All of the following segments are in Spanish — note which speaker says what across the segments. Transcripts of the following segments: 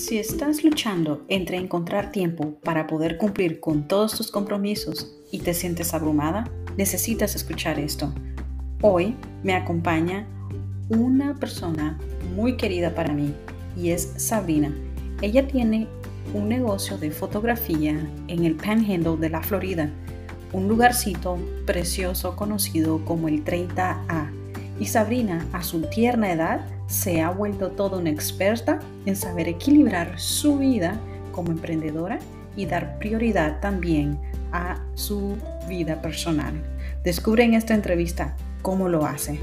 Speaker 1: Si estás luchando entre encontrar tiempo para poder cumplir con todos tus compromisos y te sientes abrumada, necesitas escuchar esto. Hoy me acompaña una persona muy querida para mí y es Sabrina. Ella tiene un negocio de fotografía en el Panhandle de la Florida, un lugarcito precioso conocido como el 30A. Y Sabrina, a su tierna edad, se ha vuelto toda una experta en saber equilibrar su vida como emprendedora y dar prioridad también a su vida personal. Descubre en esta entrevista cómo lo hace.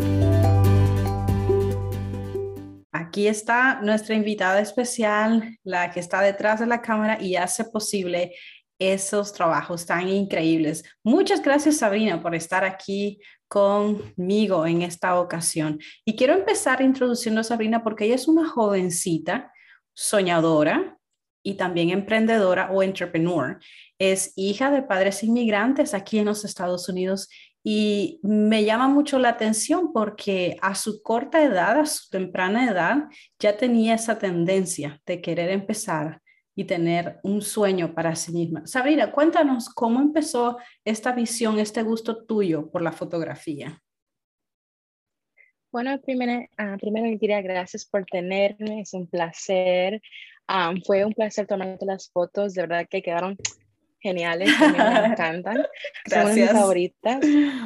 Speaker 1: Aquí está nuestra invitada especial, la que está detrás de la cámara y hace posible esos trabajos tan increíbles. Muchas gracias, Sabrina, por estar aquí conmigo en esta ocasión. Y quiero empezar introduciendo a Sabrina porque ella es una jovencita soñadora y también emprendedora o entrepreneur. Es hija de padres inmigrantes aquí en los Estados Unidos y me llama mucho la atención porque a su corta edad, a su temprana edad, ya tenía esa tendencia de querer empezar y tener un sueño para sí misma. Sabrina, cuéntanos cómo empezó esta visión, este gusto tuyo por la fotografía.
Speaker 2: Bueno, primero diría gracias por tenerme, es un placer. Fue un placer tomarte las fotos, de verdad que quedaron geniales, a mí me encantan, son una de mis
Speaker 1: Gracias.
Speaker 2: favoritas.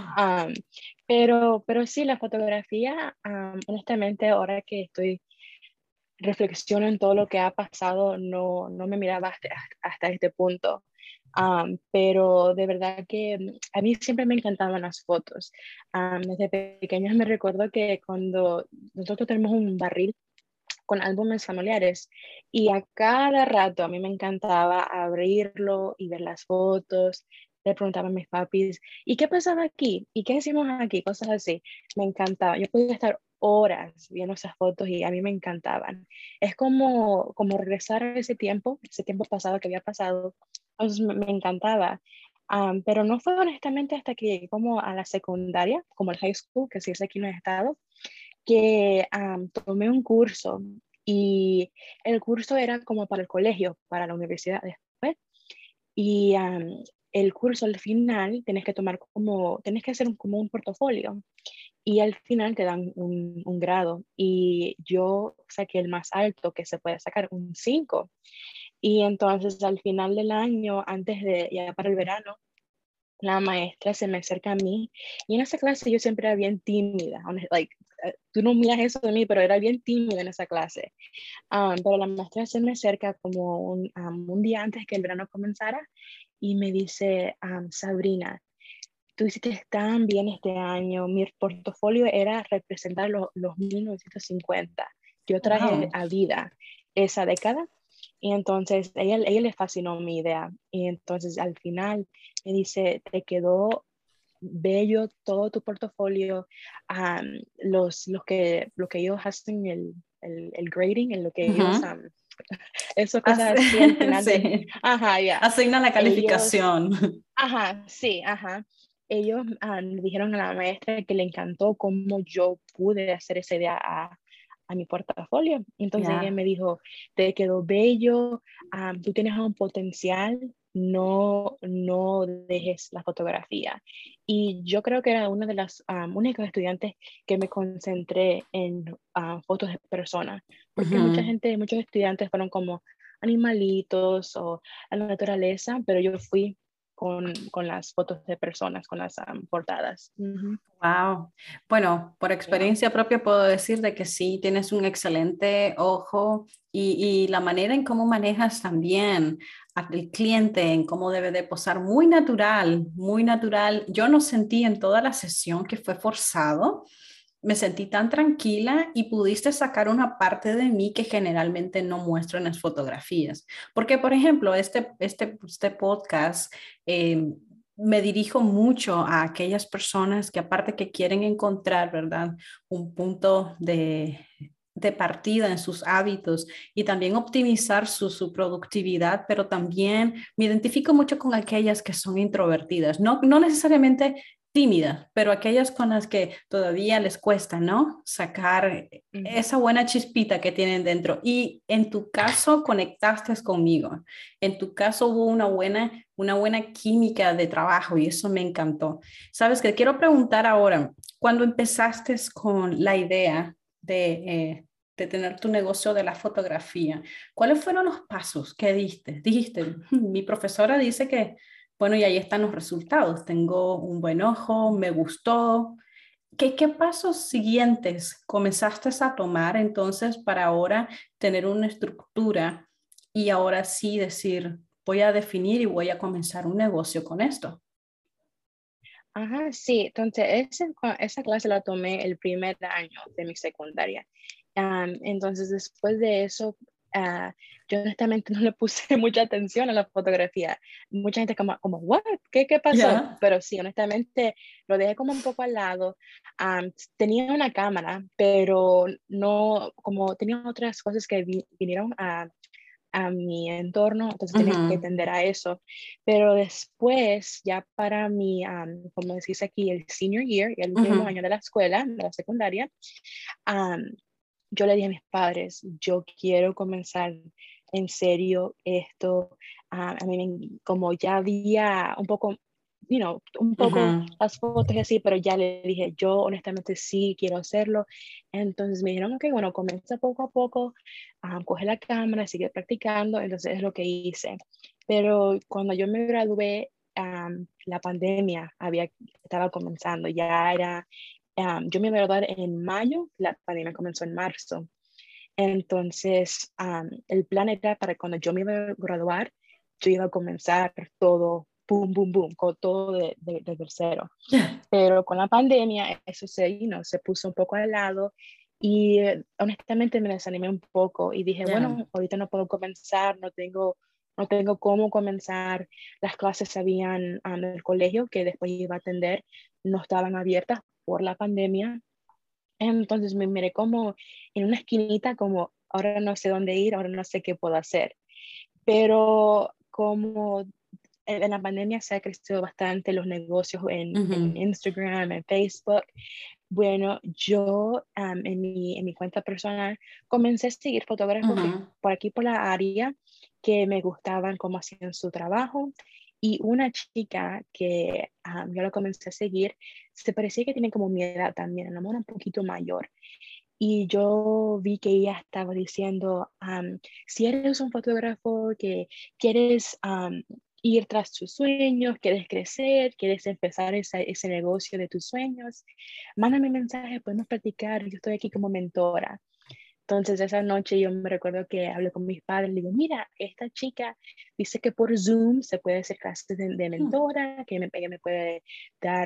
Speaker 2: Pero sí, la fotografía, honestamente, ahora que reflexiono en todo lo que ha pasado, no me miraba hasta este punto. Pero de verdad que a mí siempre me encantaban las fotos. Desde pequeños me recuerdo que cuando nosotros tenemos un barril con álbumes familiares y a cada rato a mí me encantaba abrirlo y ver las fotos. Le preguntaba a mis papis, ¿y qué pasaba aquí? ¿Y qué hicimos aquí? Cosas así. Me encantaba. Yo podía estar horas viendo esas fotos y a mí me encantaban. Es como regresar a ese tiempo pasado que había pasado. Entonces me encantaba. Pero no fue honestamente hasta que llegué como a la secundaria, como el high school, que sí es aquí en el estado, que tomé un curso y el curso era como para el colegio, para la universidad después. Y el curso al final tienes que hacer como un portafolio y al final te dan un grado. Y yo saqué el más alto que se puede sacar, un 5. Y entonces al final del año, antes de ya para el verano, la maestra se me acerca a mí y en esa clase yo siempre era bien tímida, tú no miras eso de mí, pero era bien tímida en esa clase. Pero la maestra se me acerca como un día antes que el verano comenzara y me dice, Sabrina, tú hiciste tan bien este año, mi portafolio era representar los 1950. Yo traje
Speaker 1: Wow.
Speaker 2: a vida esa década y entonces ella le fascinó mi idea y entonces al final me dice, te quedó bello todo tu portafolio, lo que ellos hacen, el grading, en lo que ellos,
Speaker 1: Uh-huh.
Speaker 2: eso cosas así al final
Speaker 1: Sí.
Speaker 2: ajá, ya,
Speaker 1: Asigna la
Speaker 2: ellos,
Speaker 1: calificación.
Speaker 2: ajá, sí, ajá. Ellos le dijeron a la maestra que le encantó cómo yo pude hacer esa idea a mi portafolio. Entonces ella
Speaker 1: Ya.
Speaker 2: me dijo, te quedó bello, tú tienes un potencial, no dejes la fotografía. Y yo creo que era una de las únicas estudiantes que me concentré en fotos de personas, porque mucha
Speaker 1: Uh-huh.
Speaker 2: gente, muchos estudiantes fueron como animalitos o la naturaleza, pero yo fui con las fotos de personas, con las portadas.
Speaker 1: Wow. Bueno, por
Speaker 2: Yeah.
Speaker 1: experiencia propia puedo decir de que sí, tienes un excelente ojo y la manera en cómo manejas también al cliente, en cómo debe de posar, muy natural, muy natural. Yo no sentí en toda la sesión que fue forzado. Me sentí tan tranquila y pudiste sacar una parte de mí que generalmente no muestro en las fotografías. Porque, por ejemplo, este podcast me dirijo mucho a aquellas personas que aparte que quieren encontrar, ¿verdad? Un punto de partida en sus hábitos y también optimizar su productividad, pero también me identifico mucho con aquellas que son introvertidas. No necesariamente tímidas, pero aquellas con las que todavía les cuesta, ¿no? Sacar
Speaker 2: Ujú.
Speaker 1: esa buena chispita que tienen dentro. Y en tu caso conectaste conmigo. En tu caso hubo una buena química de trabajo y eso me encantó. Sabes que quiero preguntar ahora, cuando empezaste con la idea de tener tu negocio de la fotografía, ¿cuáles fueron los pasos que diste? Dijiste, Mi profesora dice que bueno, y ahí están los resultados. Tengo un buen ojo, me gustó. ¿Qué pasos siguientes comenzaste a tomar entonces para ahora tener una estructura y ahora sí decir, voy a definir y voy a comenzar un negocio con esto?
Speaker 2: Ajá, sí, entonces esa clase la tomé el primer año de mi secundaria. Entonces después de eso, yo honestamente no le puse mucha atención a la fotografía. Mucha gente como ¿what? ¿Qué pasó?
Speaker 1: Ya.
Speaker 2: Pero sí, honestamente lo dejé como un poco al lado. Tenía una cámara, pero no, como tenía otras cosas que vinieron a mi entorno, entonces tenía que
Speaker 1: Ujú,
Speaker 2: atender a eso. Pero después, ya para mi, como decís aquí, el senior year, el último
Speaker 1: ujú,
Speaker 2: año de la escuela, de la secundaria, um, yo le dije a mis padres, yo quiero comenzar en serio esto. A mí como ya había un poco, un poco
Speaker 1: ujú.
Speaker 2: las fotos y así, pero ya le dije, yo honestamente sí quiero hacerlo. Entonces me dijeron, ok, bueno, comienza poco a poco, coge la cámara, sigue practicando. Entonces es lo que hice. Pero cuando yo me gradué, la pandemia estaba comenzando, ya era yo me iba a graduar en mayo, la pandemia comenzó en marzo. Entonces, el plan era para cuando yo me iba a graduar, yo iba a comenzar todo, boom, boom, boom, con todo desde cero. Pero con la pandemia, eso se puso un poco al lado y honestamente me desanimé un poco y dije,
Speaker 1: Ya.
Speaker 2: bueno, ahorita no puedo comenzar, no tengo cómo comenzar. Las clases habían en el colegio que después iba a atender, no estaban abiertas por la pandemia. Entonces me miré como en una esquinita, como ahora no sé dónde ir, ahora no sé qué puedo hacer. Pero como en la pandemia se ha crecido bastante los negocios en
Speaker 1: Ujú,
Speaker 2: Instagram, en Facebook. Bueno, yo en mi cuenta personal comencé a seguir fotógrafos que
Speaker 1: ujú.
Speaker 2: por aquí por la área que me gustaban cómo hacían su trabajo y una chica que yo la comencé a seguir, se parecía que tiene como mi edad también, a lo mejor un poquito mayor. Y yo vi que ella estaba diciendo, si eres un fotógrafo que quieres ir tras tus sueños, quieres crecer, quieres empezar ese negocio de tus sueños, mándame mensaje, podemos platicar, yo estoy aquí como mentora. Entonces esa noche yo me recuerdo que hablé con mis padres, le digo, mira, esta chica dice que por Zoom se puede hacer clases de mentora, que ella me puede dar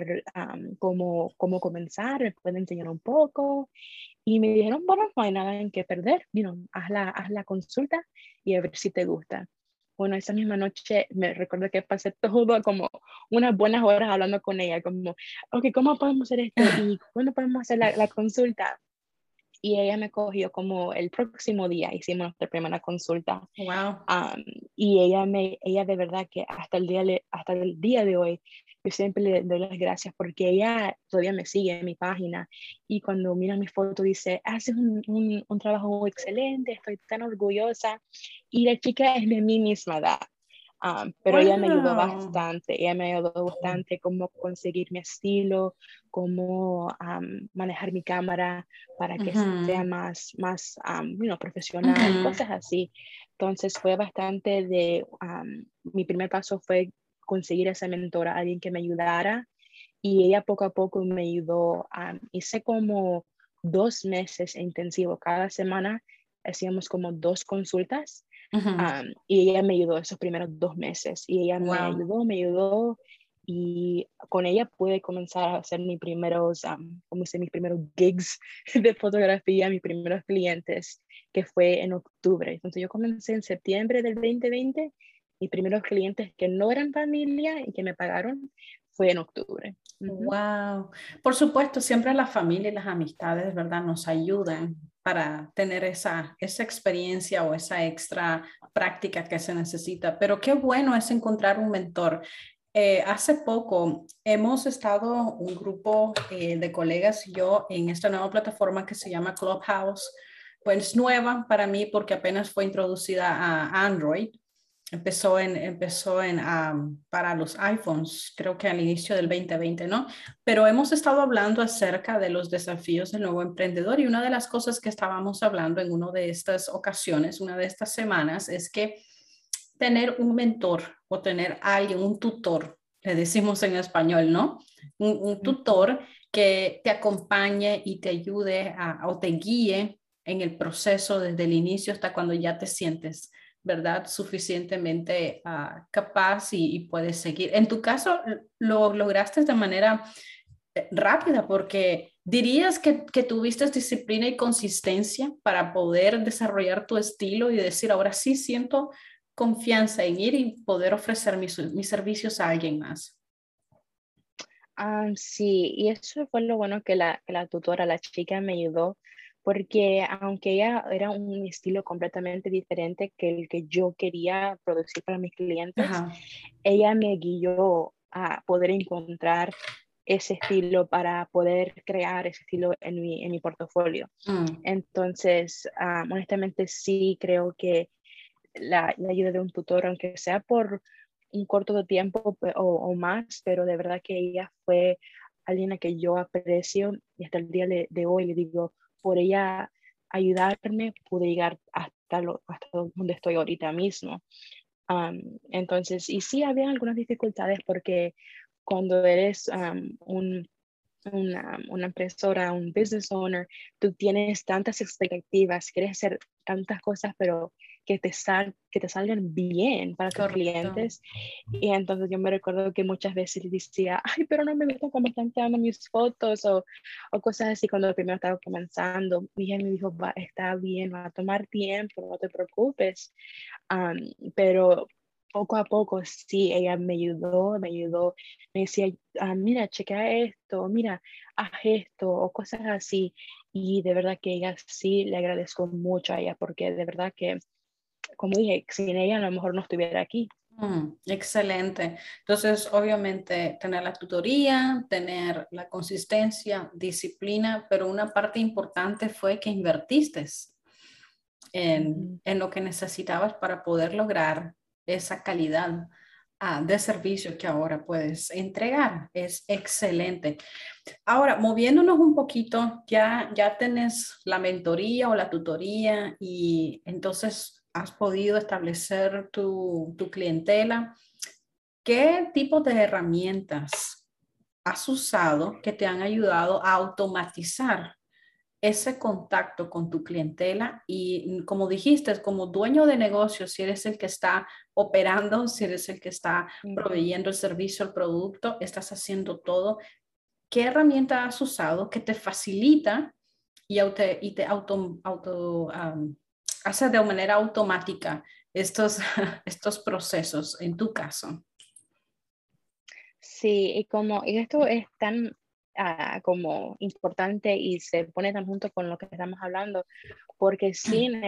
Speaker 2: cómo comenzar, me puede enseñar un poco. Y me dijeron, bueno, no hay nada en qué perder, haz la consulta y a ver si te gusta. Bueno, esa misma noche me recuerdo que pasé todo como unas buenas horas hablando con ella, como, ok, ¿cómo podemos hacer esto? ¿Y cuándo podemos hacer la consulta? Y ella me cogió como el próximo día, hicimos nuestra primera consulta.
Speaker 1: Wow.
Speaker 2: Um, y ella de verdad que hasta el día de hoy, yo siempre le doy las gracias porque ella todavía me sigue en mi página y cuando mira mi foto dice, haces un trabajo excelente, estoy tan orgullosa. Y la chica es de mi misma edad. Pero
Speaker 1: Wow.
Speaker 2: ella me ayudó bastante cómo conseguir mi estilo, cómo manejar mi cámara para que sea
Speaker 1: Ujú,
Speaker 2: profesional,
Speaker 1: ujú.
Speaker 2: cosas así. Entonces fue bastante mi primer paso fue conseguir esa mentora, alguien que me ayudara y ella poco a poco me ayudó. Hice como 2 meses intensivo, cada semana hacíamos como 2 consultas.
Speaker 1: Ujú.
Speaker 2: Y ella me ayudó esos primeros 2 meses y ella
Speaker 1: Wow.
Speaker 2: me ayudó y con ella pude comenzar a hacer como hice mis primeros gigs de fotografía, mis primeros clientes, que fue en octubre. Entonces yo comencé en septiembre del 2020, mis primeros clientes que no eran familia y que me pagaron fue en octubre. Ujú.
Speaker 1: Wow. Por supuesto, siempre la familia y las amistades, ¿verdad? Nos ayudan para tener esa experiencia o esa extra práctica que se necesita. Pero qué bueno es encontrar un mentor. Hace poco hemos estado un grupo de colegas y yo en esta nueva plataforma que se llama Clubhouse. Pues nueva para mí porque apenas fue introducida a Android. Para los iPhones, creo que al inicio del 2020, ¿no? Pero hemos estado hablando acerca de los desafíos del nuevo emprendedor y una de las cosas que estábamos hablando en una de estas ocasiones, una de estas semanas, es que tener un mentor o tener alguien, un tutor, le decimos en español, ¿no? Un
Speaker 2: Ujú.
Speaker 1: tutor que te acompañe y te ayude o te guíe en el proceso desde el inicio hasta cuando ya te sientes, ¿verdad? Suficientemente capaz y puedes seguir. En tu caso, lo lograste de manera rápida porque dirías que tuviste disciplina y consistencia para poder desarrollar tu estilo y decir, ahora sí siento confianza en ir y poder ofrecer mis servicios a alguien más.
Speaker 2: Sí, y eso fue lo bueno que la tutora, la chica, me ayudó, porque aunque ella era un estilo completamente diferente que el que yo quería producir para mis clientes,
Speaker 1: Ajá.
Speaker 2: ella me guió a poder encontrar ese estilo para poder crear ese estilo en mi portafolio.
Speaker 1: Mm,
Speaker 2: Entonces, honestamente sí creo que la ayuda de un tutor, aunque sea por un corto de tiempo o más, pero de verdad que ella fue alguien a que yo aprecio y hasta el día de hoy le digo, por ella ayudarme, pude llegar hasta donde estoy ahorita mismo. Entonces, y sí, había algunas dificultades porque cuando eres una impresora, un business owner, tú tienes tantas expectativas, quieres hacer tantas cosas, pero que te salgan bien para tus
Speaker 1: correcto.
Speaker 2: clientes. Y entonces yo me recuerdo que muchas veces les decía, ay, pero no me gusta cómo están quedando mis fotos o cosas así cuando primero estaba comenzando. Y ella me dijo, va, está bien, va a tomar tiempo, no te preocupes. Am, pero poco a poco, sí, ella me ayudó, me decía, mira, chequea esto, mira, haz esto, o cosas así. Y de verdad que ella sí le agradezco mucho a ella, porque de verdad que, como dije, sin ella a lo mejor no estuviera aquí.
Speaker 1: Excelente. Entonces, obviamente, tener la tutoría, tener la consistencia, disciplina, pero una parte importante fue que invertiste
Speaker 2: Ujú.
Speaker 1: en lo que necesitabas para poder lograr esa calidad de servicio que ahora puedes entregar. Es excelente. Ahora, moviéndonos un poquito, ya tenés la mentoría o la tutoría y entonces has podido establecer tu clientela. ¿Qué tipo de herramientas has usado que te han ayudado a automatizar ese contacto con tu clientela? Y como dijiste, como dueño de negocio, si eres el que está operando, si eres el que está
Speaker 2: Ujú.
Speaker 1: proveyendo el servicio, el producto, estás haciendo todo. ¿Qué herramienta has usado que te facilita y te hace de manera automática estos, estos procesos en tu caso?
Speaker 2: Sí, y esto es tan como importante y se pone tan junto con lo que estamos hablando, porque sin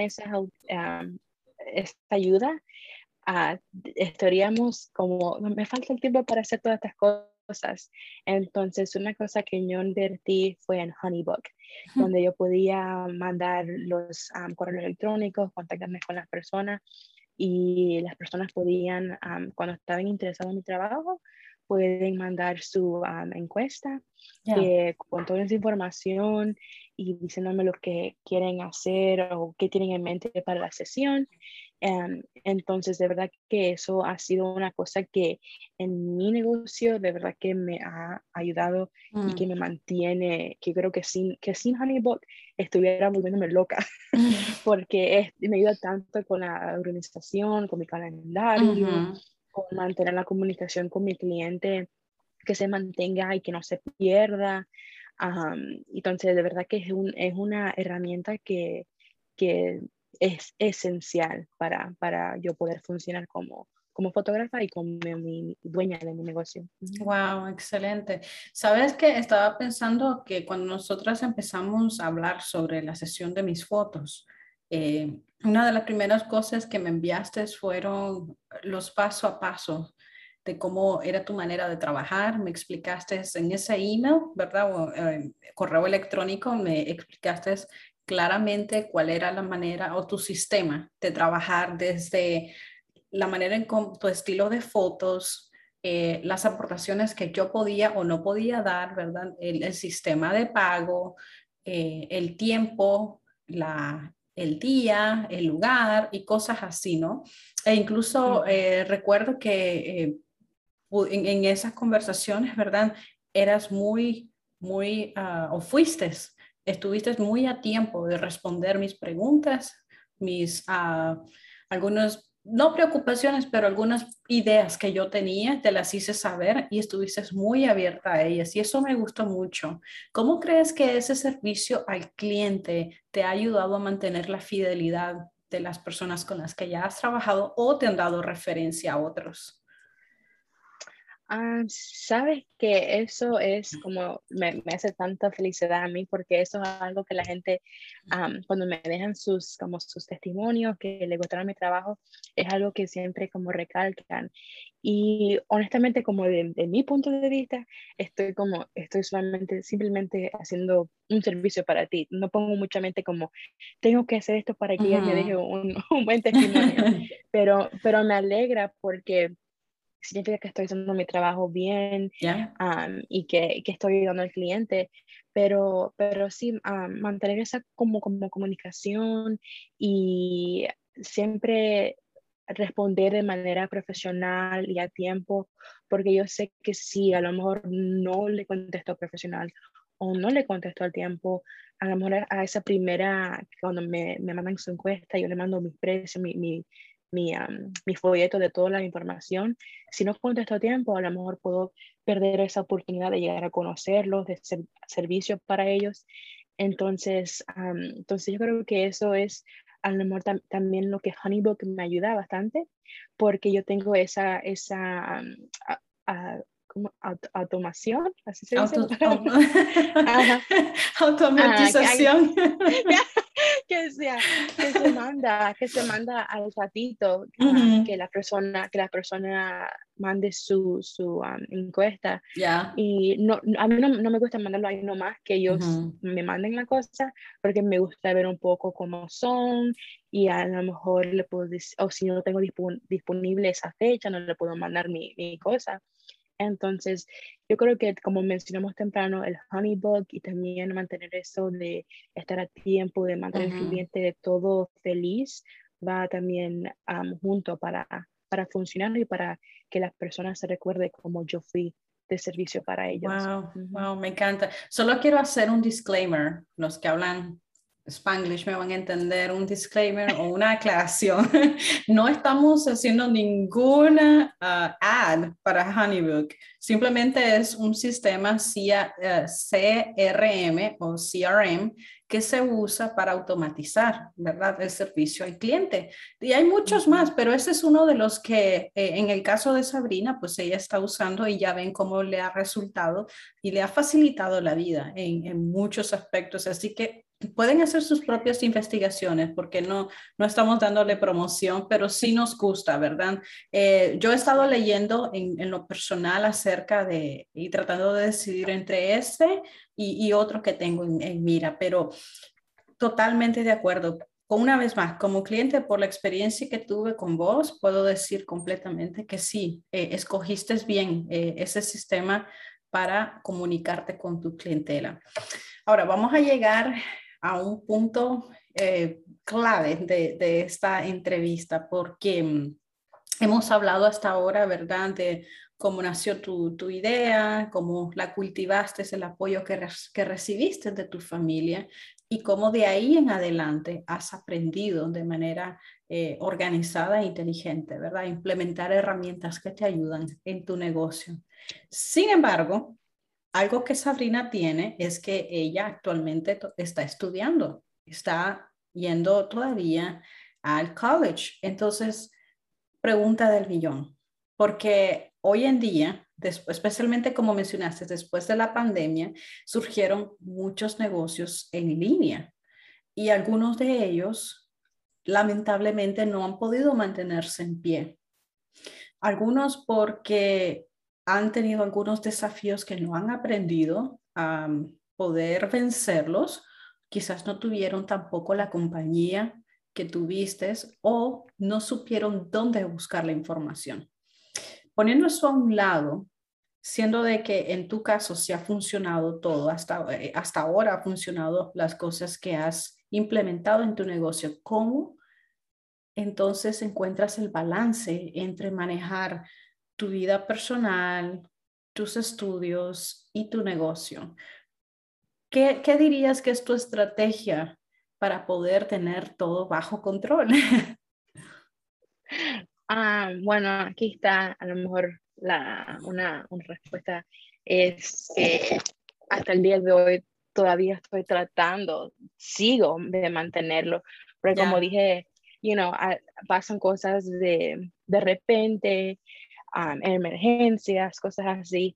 Speaker 2: esta ayuda, estaríamos como, me falta el tiempo para hacer todas estas cosas. Entonces, una cosa que yo invertí fue en Honeybook, donde yo podía mandar los correos electrónicos, contactarme con las personas y las personas podían, cuando estaban interesados en mi trabajo, pueden mandar su encuesta
Speaker 1: Ya.
Speaker 2: que con toda esa información y diciéndome lo que quieren hacer o qué tienen en mente para la sesión. Entonces, de verdad que eso ha sido una cosa que en mi negocio, de verdad que me ha ayudado y que
Speaker 1: Mm.
Speaker 2: me mantiene, que creo que sin Honeybook estuviera volviéndome loca, porque me ayuda tanto con la organización, con mi calendario,
Speaker 1: Ujú.
Speaker 2: con mantener la comunicación con mi cliente, que se mantenga y que no se pierda. Entonces, de verdad que es una herramienta que es esencial para yo poder funcionar como fotógrafa y como mi dueña de mi negocio. Ujú.
Speaker 1: Wow, excelente. Sabes que estaba pensando que cuando nosotras empezamos a hablar sobre la sesión de mis fotos, una de las primeras cosas que me enviaste fueron los paso a paso de cómo era tu manera de trabajar. Me explicaste en ese email, ¿verdad? O, correo electrónico, me explicaste claramente cuál era la manera o tu sistema de trabajar desde la manera en tu estilo de fotos, las aportaciones que yo podía o no podía dar, ¿verdad? El sistema de pago, el tiempo, el día, el lugar y cosas así, ¿no? E incluso
Speaker 2: Ujú.
Speaker 1: recuerdo que en esas conversaciones, ¿verdad? Eras muy, o estuviste muy a tiempo de responder mis preguntas, mis, algunas, no preocupaciones, pero algunas ideas que yo tenía, te las hice saber y estuviste muy abierta a ellas y eso me gustó mucho. ¿Cómo crees que ese servicio al cliente te ha ayudado a mantener la fidelidad de las personas con las que ya has trabajado o te han dado referencia a otros?
Speaker 2: Sabes que eso es como, me hace tanta felicidad a mí porque eso es algo que la gente, cuando me dejan como sus testimonios que le gustaron mi trabajo, es algo que siempre como recalcan. Y honestamente, como de mi punto de vista, estoy solamente, simplemente haciendo un servicio para ti. No pongo mucha mente como, tengo que hacer esto para que ella me deje
Speaker 1: Ujú.
Speaker 2: un buen testimonio. Pero me alegra porque significa que estoy haciendo mi trabajo bien,
Speaker 1: ¿Ya?
Speaker 2: y que estoy ayudando al cliente, pero sí, mantener esa como comunicación y siempre responder de manera profesional y a tiempo, porque yo sé que si a lo mejor no le contesto profesional o no le contesto al tiempo, a lo mejor a esa primera, cuando me mandan su encuesta, yo le mando mis precios, mi folleto de toda la información. Si no contesto a tiempo, a lo mejor puedo perder esa oportunidad de llegar a conocerlos, de ser servicio para ellos. Entonces yo creo que eso es a lo mejor también lo que Honeybook me ayuda bastante, porque yo tengo esa como automación, así se dice la
Speaker 1: Auto,
Speaker 2: palabra. Ajá. Que
Speaker 1: automatización.
Speaker 2: que sea, que se manda al ratito,
Speaker 1: Ujú.
Speaker 2: que la persona mande su encuesta.
Speaker 1: Ya.
Speaker 2: Y a mí no me gusta mandarlo ahí nomás, que ellos
Speaker 1: Ujú.
Speaker 2: me manden la cosa, porque me gusta ver un poco cómo son y a lo mejor le puedo decir, o si no tengo disponible esa fecha, no le puedo mandar mi cosa. Entonces, yo creo que como mencionamos temprano, el honeybook y también mantener eso de estar a tiempo, de mantener el
Speaker 1: Ujú.
Speaker 2: cliente de todo feliz, va también junto para funcionar y para que las personas se recuerden como yo fui de servicio para ellos.
Speaker 1: Wow,
Speaker 2: Ujú.
Speaker 1: wow, me encanta. Solo quiero hacer un disclaimer. Los que hablan Spanglish me van a entender un disclaimer o una aclaración. No estamos haciendo ninguna ad para Honeybook. Simplemente es un sistema CRM o CRM que se usa para automatizar, ¿verdad? El servicio al cliente. Y hay muchos más,
Speaker 2: Ujú.
Speaker 1: pero ese es uno de los que en el caso de Sabrina, pues ella está usando y ya ven cómo le ha resultado y le ha facilitado la vida en muchos aspectos. Así que pueden hacer sus propias investigaciones porque no estamos dándole promoción, pero sí nos gusta, ¿verdad? Yo he estado
Speaker 2: Sí.
Speaker 1: leyendo en lo personal acerca de y tratando de decidir entre este y otro que tengo en mira, pero totalmente de acuerdo. Una vez más, como cliente, por la experiencia que tuve con vos, puedo decir completamente que sí, escogiste bien ese sistema para comunicarte con tu clientela. Ahora, vamos a llegar a un punto clave de esta entrevista porque hemos hablado hasta ahora, ¿verdad? De cómo nació tu idea, cómo la cultivaste, el apoyo que recibiste de tu familia y cómo de ahí en adelante has aprendido de manera organizada e inteligente, ¿verdad? Implementar herramientas que te ayudan en tu negocio. Sin embargo, algo que Sabrina tiene es que ella actualmente está estudiando, está yendo todavía al college. Entonces, pregunta del millón, porque hoy en día, especialmente como mencionaste, después de la pandemia, surgieron muchos negocios en línea y algunos de ellos lamentablemente no han podido mantenerse en pie. Algunos porque han tenido algunos desafíos que no han aprendido a poder vencerlos. Quizás no tuvieron tampoco la compañía que tuviste o no supieron dónde buscar la información. Poniendo eso a un lado, siendo de que en tu caso sí ha funcionado todo, hasta ahora ha funcionado las cosas que has implementado en tu negocio, ¿cómo entonces encuentras el balance entre manejar tu vida personal, tus estudios y tu negocio? ¿Qué dirías que es tu estrategia para poder tener todo bajo control?
Speaker 2: Bueno, aquí está a lo mejor una respuesta. Es que hasta el día de hoy todavía estoy tratando, sigo de mantenerlo, porque como
Speaker 1: Ya,
Speaker 2: dije, pasan cosas de repente, emergencias, cosas así,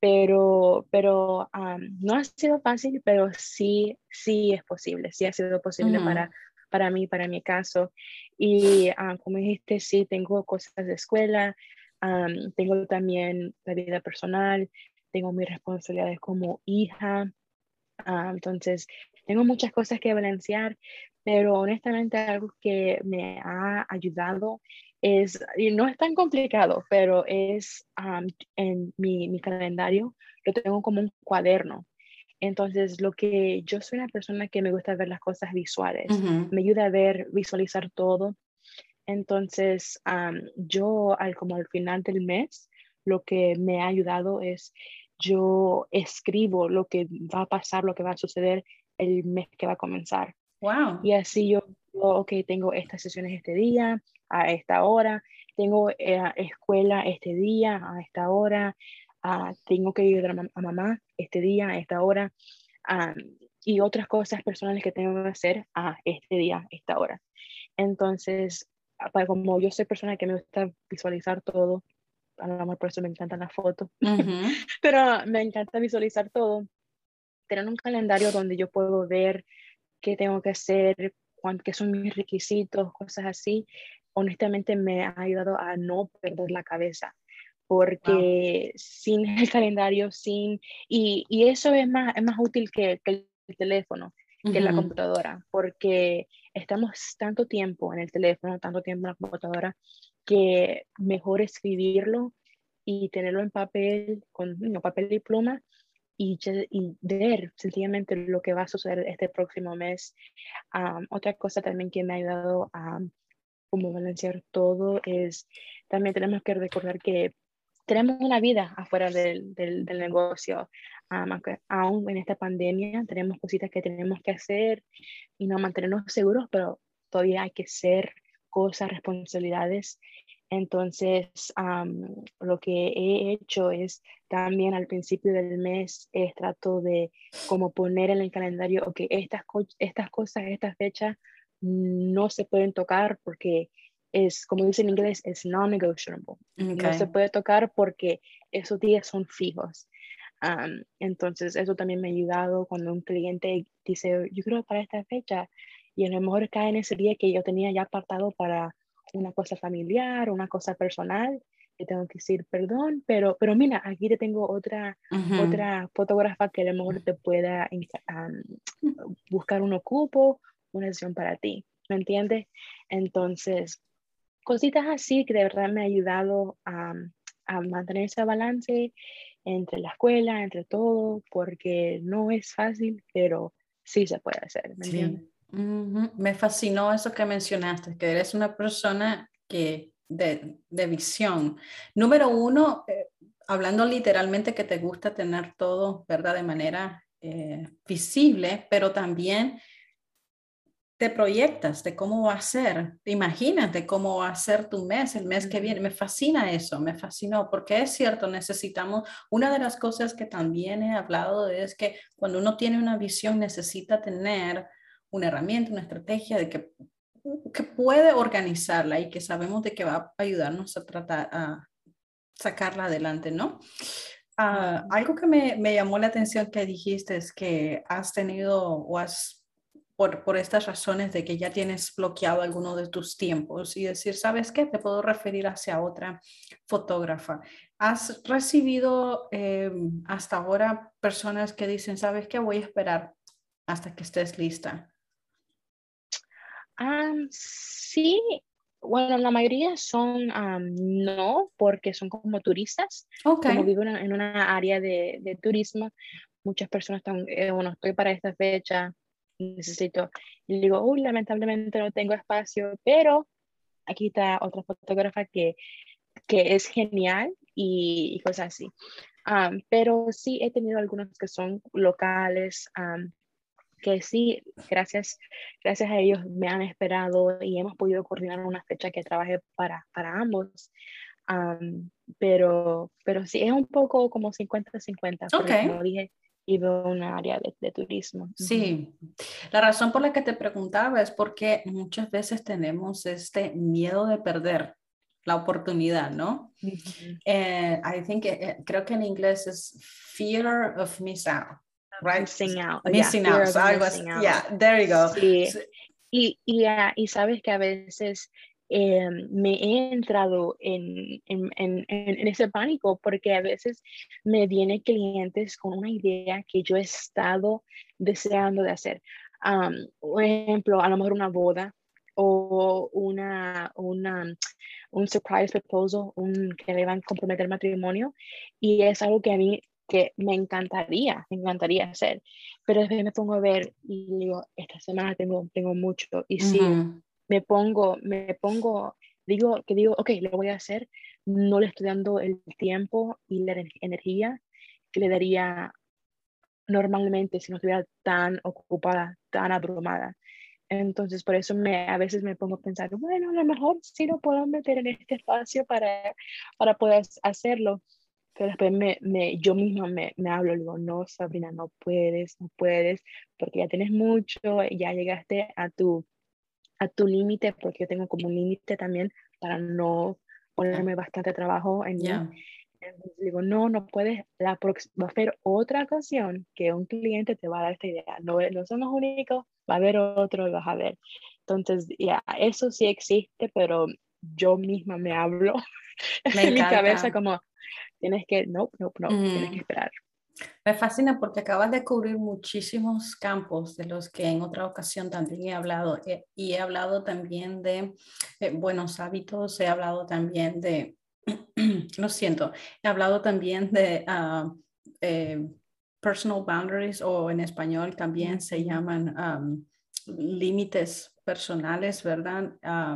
Speaker 2: pero no ha sido fácil, pero sí, sí es posible, sí ha sido posible
Speaker 1: ujú,
Speaker 2: para mí, para mi caso. Y como dijiste, sí, tengo cosas de escuela, tengo también la vida personal, tengo mis responsabilidades como hija, entonces tengo muchas cosas que balancear, pero honestamente algo que me ha ayudado es, y no es tan complicado, pero es en mi calendario, lo tengo como un cuaderno. Entonces, lo que yo soy una persona que me gusta ver las cosas visuales,
Speaker 1: ujú,
Speaker 2: me ayuda a ver, visualizar todo. Entonces, como al final del mes, lo que me ha ayudado es yo escribo lo que va a pasar, lo que va a suceder el mes que va a comenzar.
Speaker 1: wow,
Speaker 2: Y así ok, tengo estas sesiones este día, a esta hora, tengo escuela este día, a esta hora, tengo que ayudar a mamá este día, a esta hora, ah, y otras cosas personales que tengo que hacer a este día, a esta hora. Entonces, como yo soy persona que me gusta visualizar todo, a lo mejor por eso me encantan las fotos,
Speaker 1: ujú,
Speaker 2: pero me encanta visualizar todo, tener un calendario donde yo puedo ver qué tengo que hacer, qué son mis requisitos, cosas así, honestamente me ha ayudado a no perder la cabeza,
Speaker 1: wow,
Speaker 2: porque sin el calendario, y eso es más útil que el teléfono, que la
Speaker 1: ujú,
Speaker 2: computadora, porque estamos tanto tiempo en el teléfono, tanto tiempo en la computadora, que mejor escribirlo y tenerlo en papel, con papel y pluma, y ver sencillamente lo que va a suceder este próximo mes. Otra cosa también que me ha ayudado a como balancear todo es, también tenemos que recordar que tenemos una vida afuera del negocio. Aún en esta pandemia tenemos cositas que tenemos que hacer y no mantenernos seguros, pero todavía hay que hacer cosas, responsabilidades. Entonces, lo que he hecho es también al principio del mes, trato de como poner en el calendario, ok, estas cosas, estas fechas no se pueden tocar porque es, como dice en inglés, es non-negotiable. No se
Speaker 1: okay.
Speaker 2: puede tocar porque esos días son fijos. Entonces, eso también me ha ayudado cuando un cliente dice, yo creo para esta fecha, y a lo mejor cae en ese día que yo tenía ya apartado para una cosa familiar, una cosa personal, que tengo que decir perdón, pero mira, aquí te tengo
Speaker 1: Ujú.
Speaker 2: otra fotógrafa que a lo mejor te pueda buscar un cupo, una sesión para ti, ¿me entiendes? Entonces, cositas así que de verdad me ha ayudado a mantener ese balance entre la escuela, entre todo, porque no es fácil, pero sí se puede hacer, ¿me entiendes?
Speaker 1: Sí, ujú. Me fascinó eso que mencionaste, que eres una persona que de visión. Número uno, hablando literalmente que te gusta tener todo, ¿verdad? De manera visible, pero también te proyectas de cómo va a ser, te imaginas de cómo va a ser tu mes, el mes que viene.
Speaker 2: Ujú,
Speaker 1: Me fascina eso, me fascinó, porque es cierto, necesitamos, una de las cosas que también he hablado es que cuando uno tiene una visión necesita tener una herramienta, una estrategia que puede organizarla y que sabemos de que va a ayudarnos a tratar, a sacarla adelante, ¿no?
Speaker 2: ujú,
Speaker 1: Algo que me llamó la atención que dijiste es que has tenido o has por estas razones de que ya tienes bloqueado alguno de tus tiempos y decir, ¿sabes qué? Te puedo referir hacia otra fotógrafa. ¿Has recibido hasta ahora personas que dicen, ¿sabes qué? Voy a esperar hasta que estés lista?
Speaker 2: Sí, bueno, la mayoría son no, porque son como turistas,
Speaker 1: Ok.
Speaker 2: como vivo en una área de turismo, muchas personas están, bueno, estoy para esta fecha, necesito, y digo, uy, lamentablemente no tengo espacio, pero aquí está otra fotógrafa que es genial y cosas así. Pero sí he tenido algunos que son locales, que sí, gracias a ellos me han esperado y hemos podido coordinar una fecha que trabaje para ambos. Pero sí, es un poco como 50-50
Speaker 1: Ok.
Speaker 2: porque como dije, vivo en una área de turismo. Ujú.
Speaker 1: Sí, la razón por la que te preguntaba es porque muchas veces tenemos este miedo de perder la oportunidad, ¿no?
Speaker 2: Ujú.
Speaker 1: I think, creo que en inglés es fear of miss out, right?
Speaker 2: Missing out, yeah,
Speaker 1: Missing
Speaker 2: fear
Speaker 1: out,
Speaker 2: of
Speaker 1: so algo así.
Speaker 2: missing out.
Speaker 1: Yeah, there you go.
Speaker 2: Sí,
Speaker 1: So,
Speaker 2: y sabes que a veces me he entrado en ese pánico porque a veces me vienen clientes con una idea que yo he estado deseando de hacer. Por ejemplo, a lo mejor una boda o un surprise proposal, que le van a comprometer matrimonio, y es algo que a mí que me encantaría hacer, pero después me pongo a ver y digo, esta semana tengo mucho, y sí,
Speaker 1: ujú.
Speaker 2: digo, ok, lo voy a hacer, no le estoy dando el tiempo y la energía que le daría normalmente si no estuviera tan ocupada, tan abrumada. Entonces, por eso a veces me pongo a pensar, bueno, a lo mejor sí lo puedo meter en este espacio para poder hacerlo. Pero después yo misma me hablo, digo, no, Sabrina, no puedes, porque ya tienes mucho, ya llegaste a tu límite, porque yo tengo como un límite también para no
Speaker 1: Ya,
Speaker 2: ponerme bastante trabajo en mí.
Speaker 1: ya.
Speaker 2: Entonces digo, no, no puedes, va a haber otra ocasión que un cliente te va a dar esta idea. No, no son los únicos, va a haber otro y vas a ver. Entonces, ya, eso sí existe, pero yo misma me hablo
Speaker 1: Me
Speaker 2: en mi cabeza
Speaker 1: encanta.
Speaker 2: como, no, no, no, tienes que
Speaker 1: Mm.
Speaker 2: esperar.
Speaker 1: Me fascina porque acabas de cubrir muchísimos campos de los que en otra ocasión también he hablado. Y he hablado también de buenos hábitos, he hablado también de, lo siento, he hablado también de eh, personal boundaries, o en español también se
Speaker 2: Ujú.
Speaker 1: llaman límites personales, ¿verdad?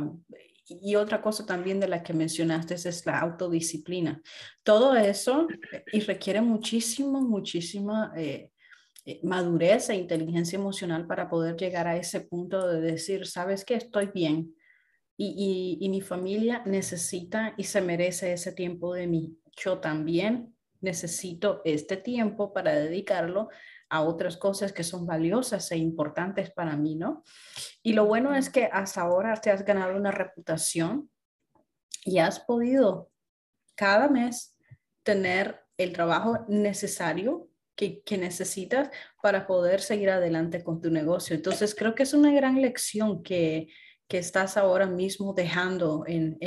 Speaker 1: Y otra cosa también de la que mencionaste es la autodisciplina. Todo eso y requiere muchísima madurez e inteligencia emocional para poder llegar a ese punto de decir, sabes que estoy bien y mi familia necesita y se merece ese tiempo de mí. Yo también necesito este tiempo para dedicarlo a otras cosas que son valiosas e importantes para mí, ¿no? Y lo bueno es
Speaker 2: Ujú.
Speaker 1: que hasta ahora te has ganado una reputación y has podido cada mes tener el trabajo necesario que necesitas para poder seguir adelante con tu negocio. Entonces, creo que es una gran lección que estás ahora mismo dejando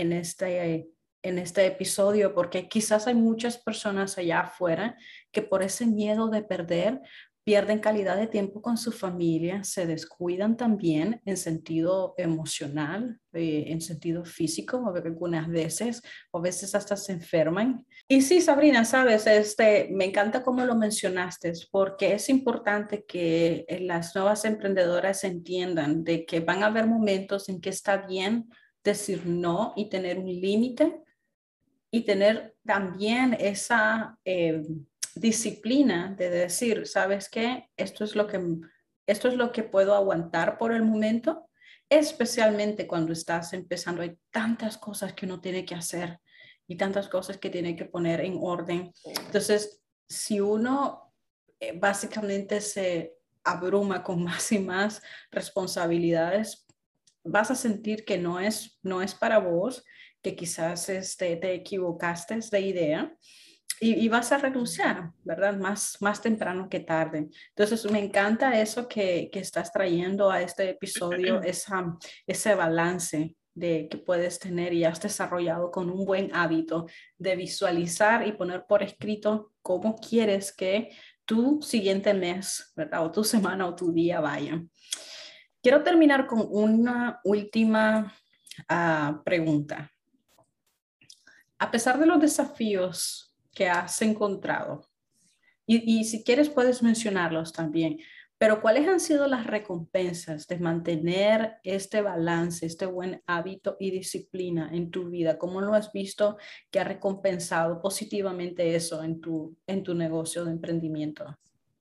Speaker 1: en este episodio, porque quizás hay muchas personas allá afuera que por ese miedo de perder pierden calidad de tiempo con su familia, se descuidan también en sentido emocional, en sentido físico, algunas veces, o a veces hasta se enferman. Y sí, Sabrina, sabes, me encanta cómo lo mencionaste, porque es importante que las nuevas emprendedoras entiendan de que van a haber momentos en que está bien decir no y tener un límite y tener también esa disciplina de decir, ¿sabes qué? Esto es lo que puedo aguantar por el momento, especialmente cuando estás empezando. Hay tantas cosas que uno tiene que hacer y tantas cosas que tiene que poner en orden. Entonces, si uno básicamente se abruma con más y más responsabilidades, vas a sentir que no es para vos, que quizás te equivocaste de idea y vas a renunciar, ¿verdad? Más temprano que tarde. Entonces, me encanta eso que estás trayendo a este episodio, ese balance de que puedes tener y has desarrollado con un buen hábito de visualizar y poner por escrito cómo quieres que tu siguiente mes, ¿verdad? O tu semana o tu día vaya. Quiero terminar con una última pregunta. A pesar de los desafíos que has encontrado, y si quieres puedes mencionarlos también, pero ¿cuáles han sido las recompensas de mantener este balance, este buen hábito y disciplina en tu vida? ¿Cómo lo has visto que ha recompensado positivamente eso en tu negocio de emprendimiento?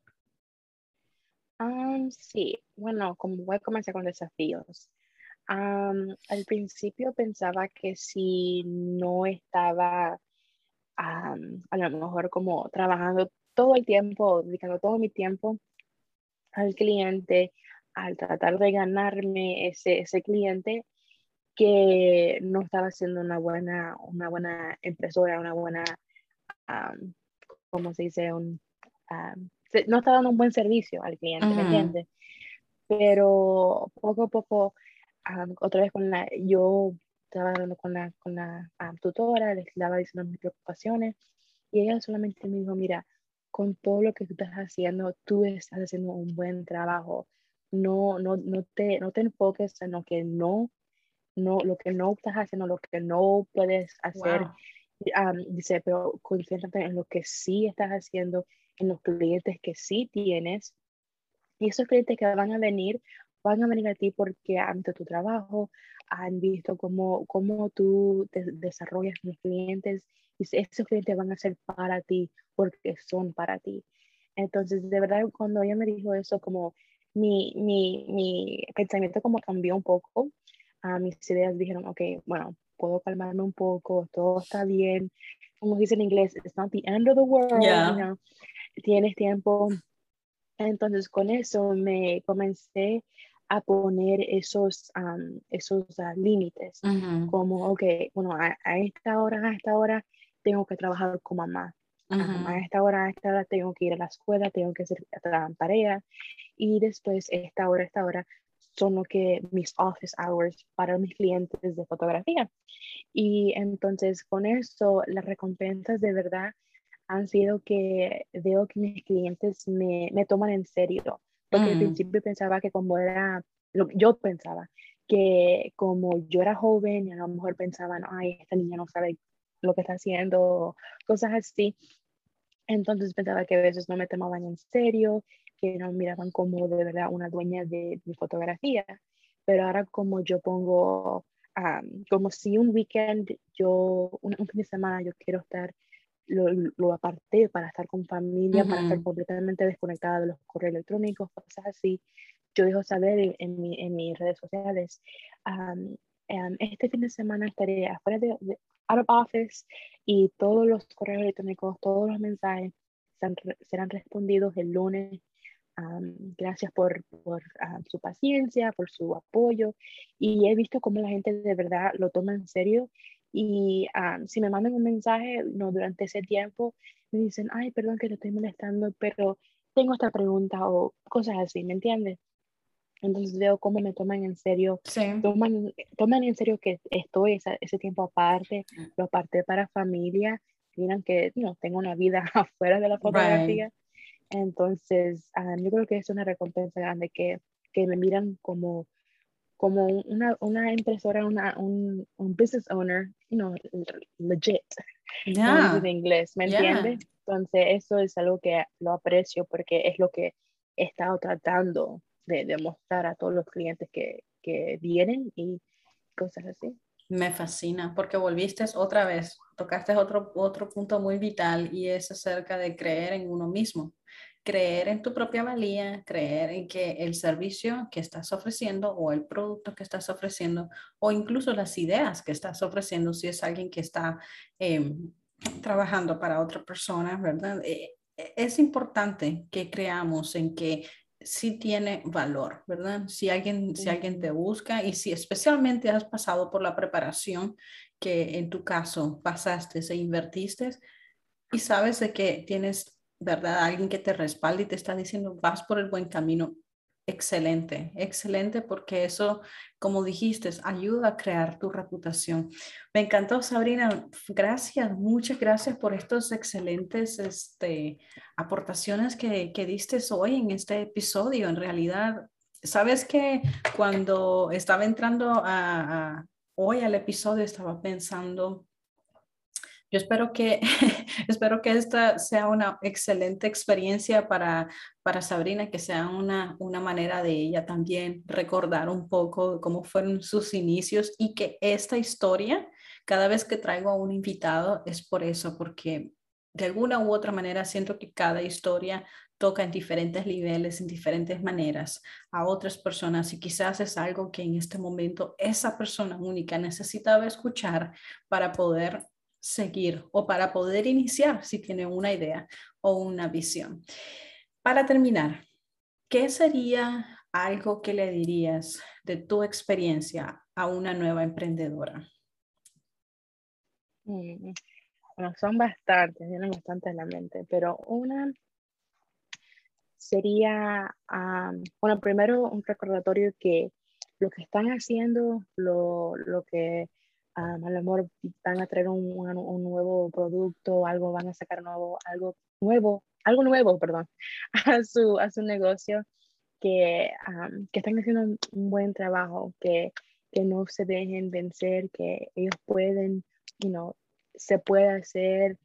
Speaker 2: Sí, bueno, como voy a comenzar con desafíos. Al principio pensaba que si no estaba a lo mejor como trabajando todo el tiempo, dedicando todo mi tiempo al cliente, al tratar de ganarme ese cliente, que no estaba siendo una buena impresora, una buena, um, ¿cómo se dice? No estaba dando un buen servicio al cliente, ¿me
Speaker 1: Ujú.
Speaker 2: entiendes? Pero poco a poco, otra vez yo estaba hablando con la tutora, le estaba diciendo mis preocupaciones y ella solamente me dijo, mira, con todo lo que tú estás haciendo, tú estás haciendo un buen trabajo. No te enfoques en lo que no estás haciendo, lo que no puedes hacer.
Speaker 1: Wow.
Speaker 2: Dice, pero concéntrate en lo que sí estás haciendo, en los clientes que sí tienes y esos clientes que van a venir a ti porque han visto tu trabajo, han visto cómo tú te desarrollas con los clientes y esos clientes van a ser para ti porque son para ti. Entonces, de verdad, cuando ella me dijo eso, como mi pensamiento como cambió un poco, mis ideas dijeron, ok, bueno, puedo calmarme un poco, todo está bien. Como dice en inglés, it's not the end of the world,
Speaker 1: Ya.
Speaker 2: tienes tiempo. Entonces con eso me comencé a poner esos límites,
Speaker 1: Ujú,
Speaker 2: como, ok, bueno, a esta hora tengo que trabajar con mamá,
Speaker 1: ujú,
Speaker 2: a esta hora tengo que ir a la escuela, tengo que hacer tareas, y después esta hora son lo que mis office hours para mis clientes de fotografía. Y entonces con eso las recompensas de verdad han sido que veo que mis clientes me toman en serio, porque al
Speaker 1: ujú.
Speaker 2: principio pensaba que yo pensaba que como yo era joven y a lo mejor pensaban, ay, esta niña no sabe lo que está haciendo, cosas así. Entonces pensaba que a veces no me tomaban en serio, que no miraban como de verdad una dueña de mi fotografía. Pero ahora como yo pongo, como si un weekend, un fin de semana yo quiero estar, lo aparté para estar con familia, para estar
Speaker 1: Ujú.
Speaker 2: completamente desconectada de los correos electrónicos, cosas así. Yo dejo saber en mis redes sociales. um, este fin de semana estaré afuera out of office y todos los correos electrónicos, todos los mensajes serán respondidos el lunes. Gracias por su paciencia, por su apoyo. Y he visto cómo la gente de verdad lo toma en serio. Y si me mandan un mensaje no, durante ese tiempo, me dicen, ay, perdón que te estoy molestando, pero tengo esta pregunta o cosas así, ¿me entiendes? Entonces veo cómo me toman en serio,
Speaker 1: Sí.
Speaker 2: toman en serio que estoy ese tiempo aparte, lo aparté para familia, miran que no tengo una vida afuera de la
Speaker 1: Right.
Speaker 2: fotografía. Entonces, yo creo que es una recompensa grande que me miran como una impresora, un business owner, legit, como dicen
Speaker 1: Yeah.
Speaker 2: en inglés, ¿me
Speaker 1: Yeah.
Speaker 2: entiendes? Entonces, eso es algo que lo aprecio porque es lo que he estado tratando de demostrar a todos los clientes que vienen y cosas así.
Speaker 1: Me fascina porque volviste otra vez, tocaste otro punto muy vital y es acerca de creer en uno mismo, creer en tu propia valía, creer en que el servicio que estás ofreciendo o el producto que estás ofreciendo o incluso las ideas que estás ofreciendo, si es alguien que está eh, trabajando para otra persona, ¿verdad? Es importante que creamos en que sí tiene valor, ¿verdad? Si alguien te
Speaker 2: Ujú,
Speaker 1: busca y si especialmente has pasado por la preparación que en tu caso pasaste e invertiste, Y sabes de que tienes, ¿verdad? Alguien que te respalda y te está diciendo, vas por el buen camino. Excelente, excelente, porque eso, como dijiste, ayuda a crear tu reputación. Me encantó, Sabrina. Gracias, muchas gracias por estos excelentes aportaciones que diste hoy en este episodio. En realidad, sabes que cuando estaba entrando hoy al episodio, estaba pensando. Yo espero que, espero que esta sea una excelente experiencia para Sabrina, que sea una manera de ella también recordar un poco cómo fueron sus inicios y que esta historia, cada vez que traigo a un invitado, es por eso, porque de alguna u otra manera siento que cada historia toca en diferentes niveles, en diferentes maneras a otras personas y quizás es algo que en este momento esa persona única necesitaba escuchar para poder seguir o para poder iniciar si tiene una idea o una visión. Para terminar, ¿qué sería algo que le dirías de tu experiencia a una nueva emprendedora?
Speaker 2: Mm, Bueno, son bastantes, vienen bastantes en la mente, pero una sería, bueno, primero un recordatorio que lo que están haciendo, lo que a lo mejor van a traer un nuevo producto, algo van a sacar nuevo, algo nuevo, perdón, a su negocio, que están haciendo un buen trabajo, que no se dejen vencer, que ellos pueden, you know, se puede hacer.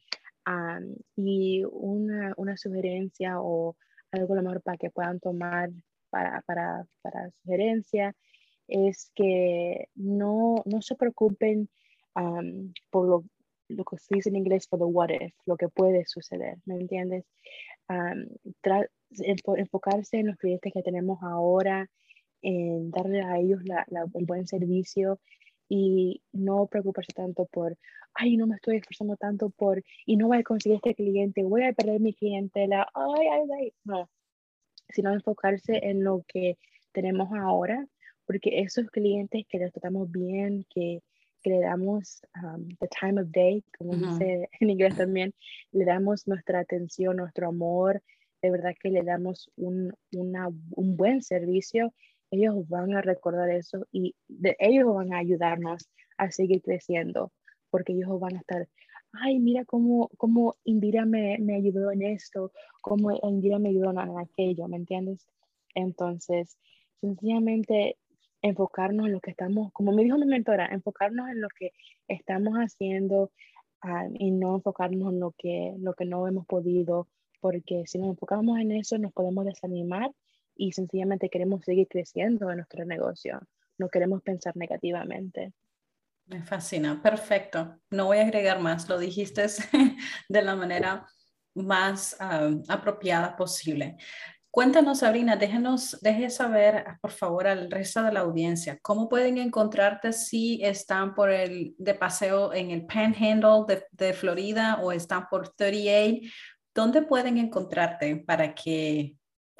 Speaker 2: Y una sugerencia o algo a lo mejor para que puedan tomar para sugerencia es que no se preocupen por lo que se dice en inglés, for the what if, lo que puede suceder, ¿me entiendes? Um, Enfocarse en los clientes que tenemos ahora, en darle a ellos el buen servicio y no preocuparse tanto por, ay, no me estoy esforzando tanto y no voy a conseguir este cliente, voy a perder mi clientela, ay, ay, ay. No, sino enfocarse en lo que tenemos ahora, porque esos clientes que les tratamos bien, que le damos the time of day, como
Speaker 1: Ujú.
Speaker 2: dice en inglés también, le damos nuestra atención, nuestro amor, de verdad que le damos un buen servicio, ellos van a recordar eso y ellos van a ayudarnos a seguir creciendo, porque ellos van a estar, ay, mira cómo Indira me ayudó en esto, cómo Indira me ayudó en aquello, ¿me entiendes? Entonces, sencillamente enfocarnos en lo que estamos, como me dijo mi mentora, enfocarnos en lo que estamos haciendo y no enfocarnos en lo que no hemos podido, porque si nos enfocamos en eso nos podemos desanimar y sencillamente queremos seguir creciendo en nuestro negocio, no queremos pensar negativamente.
Speaker 1: Me fascina, perfecto. No voy a agregar más, lo dijiste de la manera más apropiada posible. Cuéntanos, Sabrina, deje saber, por favor, al resto de la audiencia, cómo pueden encontrarte si están de paseo en el Panhandle de Florida o están por 38. ¿Dónde pueden encontrarte para que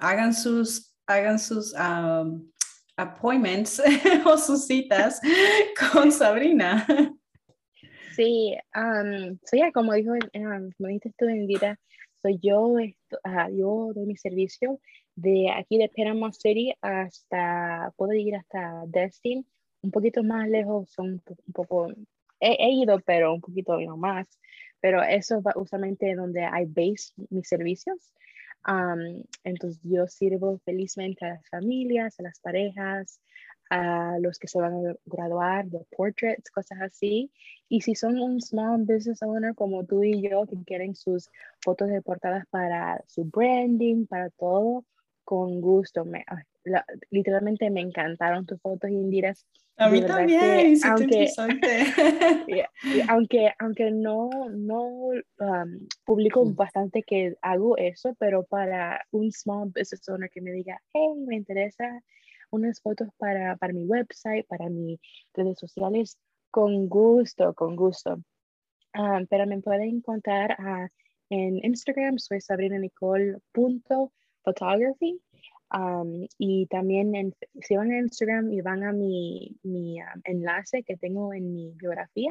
Speaker 1: hagan sus appointments o sus citas con Sabrina?
Speaker 2: Sí, como dijo, como dijiste tú, Indira, soy yo, yo doy mi servicio de aquí de Panama City puedo ir hasta Destin, un poquito más lejos, son un poco, he ido, pero un poquito no más, pero eso va usualmente donde hay base mis servicios. Entonces yo sirvo felizmente a las familias, a las parejas, a los que se van a graduar de portraits, cosas así. Y si son un small business owner como tú y yo, que quieren sus fotos de portadas para su branding, para todo, con gusto. Literalmente me encantaron tus fotos, Indiras.
Speaker 1: A
Speaker 2: De
Speaker 1: mí
Speaker 2: verdad que,
Speaker 1: también, siento interesante.
Speaker 2: aunque no publico bastante que hago eso, pero para un small business owner que me diga, hey, me interesa unas fotos para mi website, para mis redes sociales, con gusto, con gusto. Pero me pueden encontrar en Instagram, soy sabrinanicole.photography. Y también si van a Instagram y van a mi enlace que tengo en mi biografía,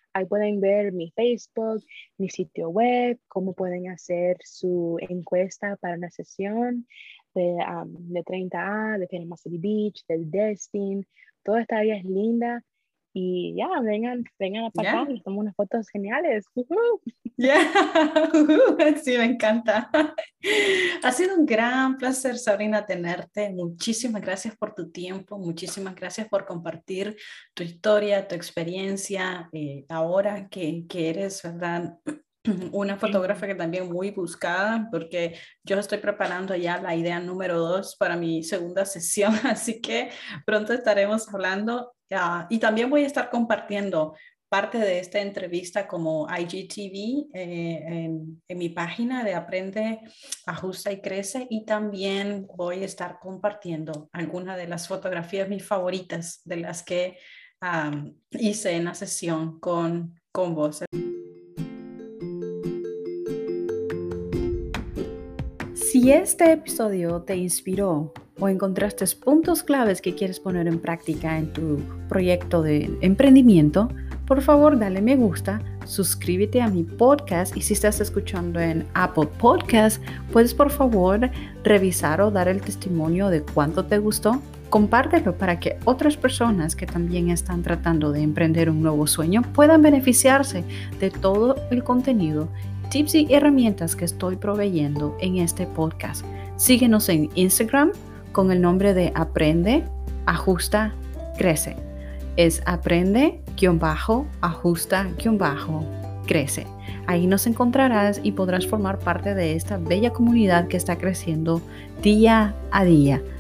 Speaker 2: Ahí pueden ver mi Facebook, mi sitio web, cómo pueden hacer su encuesta para una sesión de 30A, de Panama City Beach, del Destin. Toda esta área es linda. Y ya, vengan para acá,
Speaker 1: Ya.
Speaker 2: les tomo unas fotos geniales.
Speaker 1: Ya, sí, me encanta. Ha sido un gran placer, Sabrina, tenerte. Muchísimas gracias por tu tiempo, muchísimas gracias por compartir tu historia, tu experiencia, ahora que eres, ¿verdad? Una fotógrafa que también muy buscada, porque yo estoy preparando ya la idea número 2 para mi segunda sesión, así que pronto estaremos hablando. Y también voy a estar compartiendo parte de esta entrevista como IGTV en mi página de Aprende, Ajusta y Crece, y también voy a estar compartiendo algunas de las fotografías mis favoritas de las que hice en la sesión con vos. Si este episodio te inspiró o encontraste puntos claves que quieres poner en práctica en tu proyecto de emprendimiento, por favor dale me gusta, suscríbete a mi podcast y si estás escuchando en Apple Podcast, puedes por favor revisar o dar el testimonio de cuánto te gustó. Compártelo para que otras personas que también están tratando de emprender un nuevo sueño puedan beneficiarse de todo el contenido, tips y herramientas que estoy proveyendo en este podcast. Síguenos en Instagram con el nombre de Aprende, Ajusta, Crece. Es aprende-ajusta-crece. Ahí nos encontrarás y podrás formar parte de esta bella comunidad que está creciendo día a día.